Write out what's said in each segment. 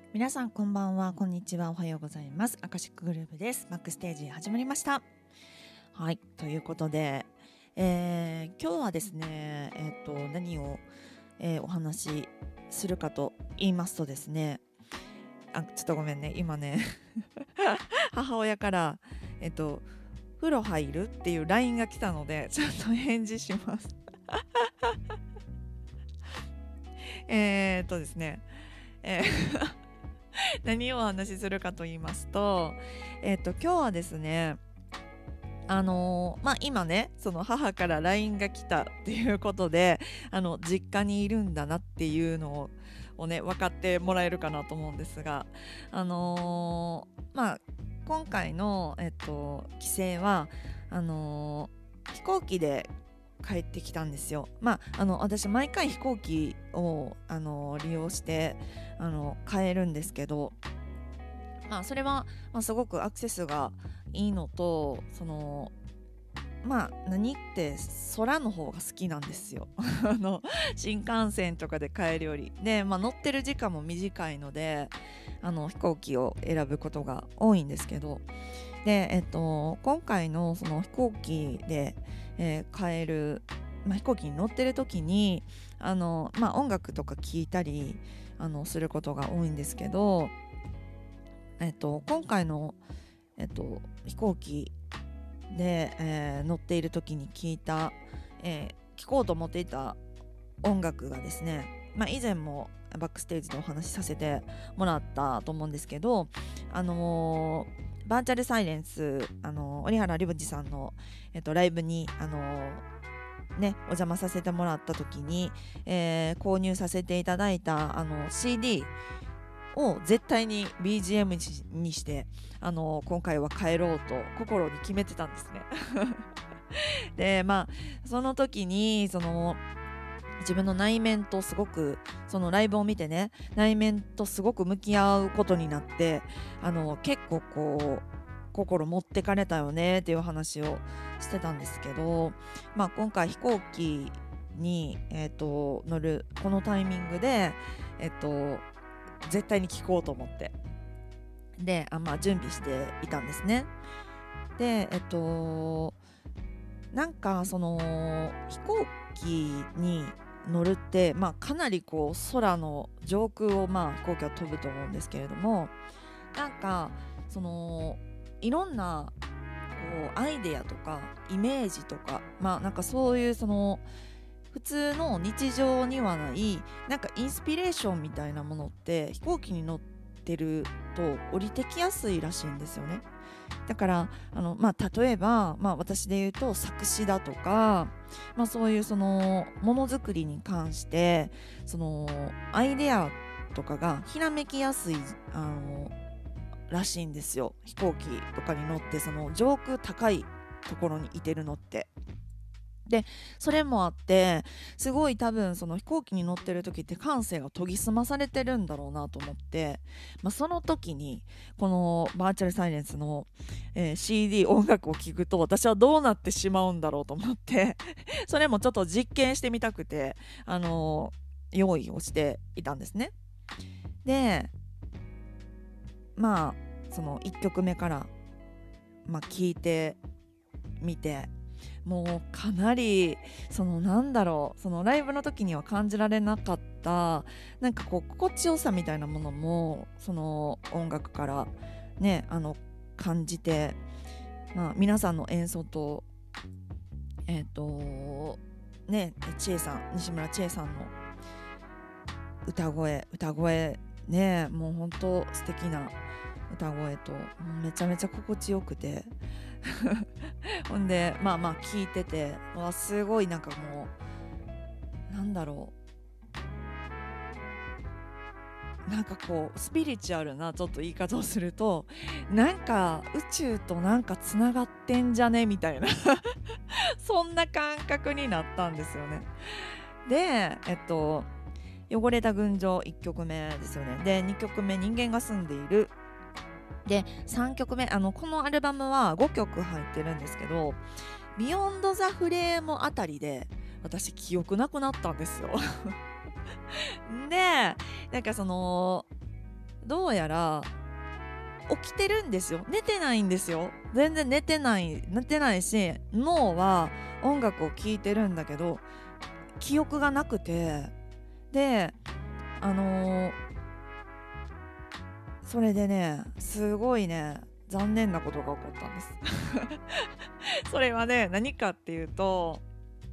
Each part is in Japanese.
皆さんこんばんは、こんにちは、おはようございます。アカシックグループです。バックステージ始まりました。はい、ということで、今日はですね、何を、お話しするかと言いますとですね、ちょっとごめんね、今ね母親から風呂入るっていう LINE が来たので、ちょっと返事しますですね、何をお話しするかと言いますと、今日はですね、今ね、その母から LINE が来たっていうことで、実家にいるんだなっていうのをね、分かってもらえるかなと思うんですが、今回の、帰省は、飛行機で帰ってきたんですよ。私毎回飛行機を、利用して帰るんですけど、それは、すごくアクセスがいいのと、何って空の方が好きなんですよ新幹線とかで帰るよりで、乗ってる時間も短いので飛行機を選ぶことが多いんですけど、で、今回のその飛行機で、帰る、飛行機に乗ってる時に音楽とか聴いたりすることが多いんですけど、今回の、飛行機で、乗っている時に聴こうと思っていた音楽がですね、以前もバックステージでお話しさせてもらったと思うんですけど、バーチャルサイレンス、折原リブジさんの、ライブに、お邪魔させてもらった時に、購入させていただいたCD を絶対に BGM にして今回は帰ろうと心に決めてたんですねでその時に自分の内面とすごくそのライブを見てね、内面とすごく向き合うことになって、結構こう心持ってかれたよねっていう話をしてたんですけど、今回飛行機に、乗るこのタイミングで絶対に聞こうと思ってで準備していたんですね。でなんかその飛行機に乗るって、かなりこう空の上空を飛行機は飛ぶと思うんですけれども、なんかそのいろんなこうアイデアとかイメージとかなんかそういうその普通の日常にはないなんかインスピレーションみたいなものって飛行機に乗ってると降りてきやすいらしいんですよね。だから例えば、私で言うと作詞だとか、そういうそのものづくりに関してそのアイデアとかがひらめきやすいらしいんですよ。飛行機とかに乗ってその上空高いところにいてるのって。でそれもあってすごい多分その飛行機に乗ってる時って感性が研ぎ澄まされてるんだろうなと思って、その時にこのバーチャルサイレンスの、CD 音楽を聴くと私はどうなってしまうんだろうと思ってそれもちょっと実験してみたくて、用意をしていたんですね。でその1曲目から聴いてみて、もうかなりそのそのライブの時には感じられなかったなんかこう心地よさみたいなものもその音楽からね感じて、皆さんの演奏と西村千恵さんの歌声ね、もう本当素敵な歌声とめちゃめちゃ心地よくてほんで聞いててすごいなんかもうなんかこうスピリチュアルなちょっと言い方をするとなんか宇宙となんかつながってんじゃねみたいなそんな感覚になったんですよね。で汚れた群青1曲目ですよね。で2曲目人間が住んでいるで3曲目このアルバムは5曲入ってるんですけど、ビヨンドザフレームあたりで私記憶なくなったんですよでなんかそのどうやら起きてるんですよ。寝てないんですよ。全然寝てないし、脳は音楽を聴いてるんだけど記憶がなくて、であのーそれでね、すごいね残念なことが起こったんですそれはね、何かっていうと、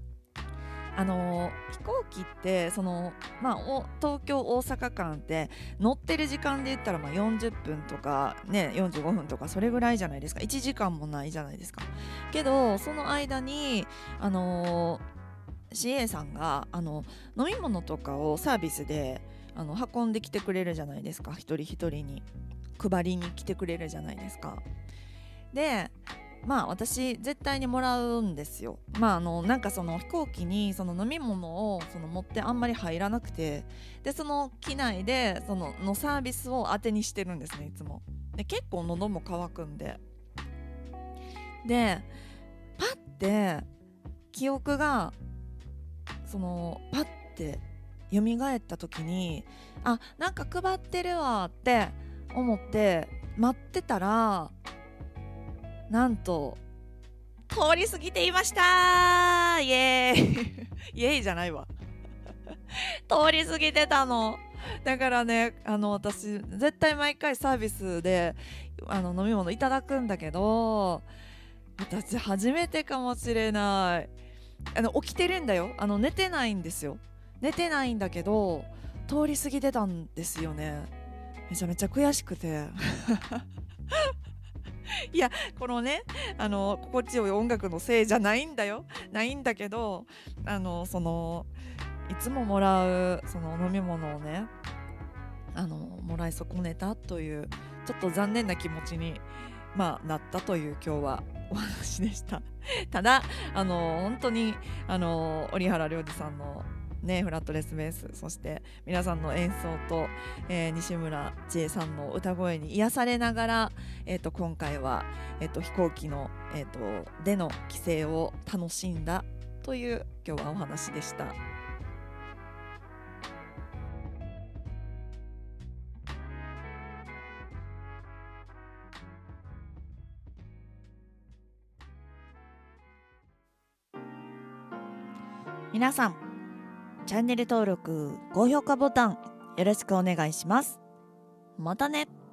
飛行機って東京大阪間って乗ってる時間で言ったら40分とかね45分とかそれぐらいじゃないですか。1時間もないじゃないですか。けどその間にCA さんが飲み物とかをサービスで運んできてくれるじゃないですか。一人一人に配りに来てくれるじゃないですか。で私絶対にもらうんですよ。なんかその飛行機にその飲み物を持ってあんまり入らなくて、でその機内でのサービスを当てにしてるんですね、いつも。で結構喉も渇くんで、パッて記憶がパッて蘇った時に、なんか配ってるわって思って待ってたら、なんと通り過ぎていました。イエーイイエーイじゃないわ通り過ぎてたの。だからね、私絶対毎回サービスで飲み物いただくんだけど、私初めてかもしれない。起きてるんだよ。寝てないんですよ。寝てないんだけど通り過ぎてたんですよね。めちゃめちゃ悔しくていや、このね心地よい音楽のせいじゃないんだよ。ないんだけど、いつももらうその飲み物をねもらい損ねたというちょっと残念な気持ちになったという今日はお話でしたただ本当に折原良二さんのね、フラットレスベース、そして皆さんの演奏と、西村千恵さんの歌声に癒されながら、今回は、飛行機の、での帰省を楽しんだという今日はお話でした。皆さん、チャンネル登録、高評価ボタンよろしくお願いします。またね。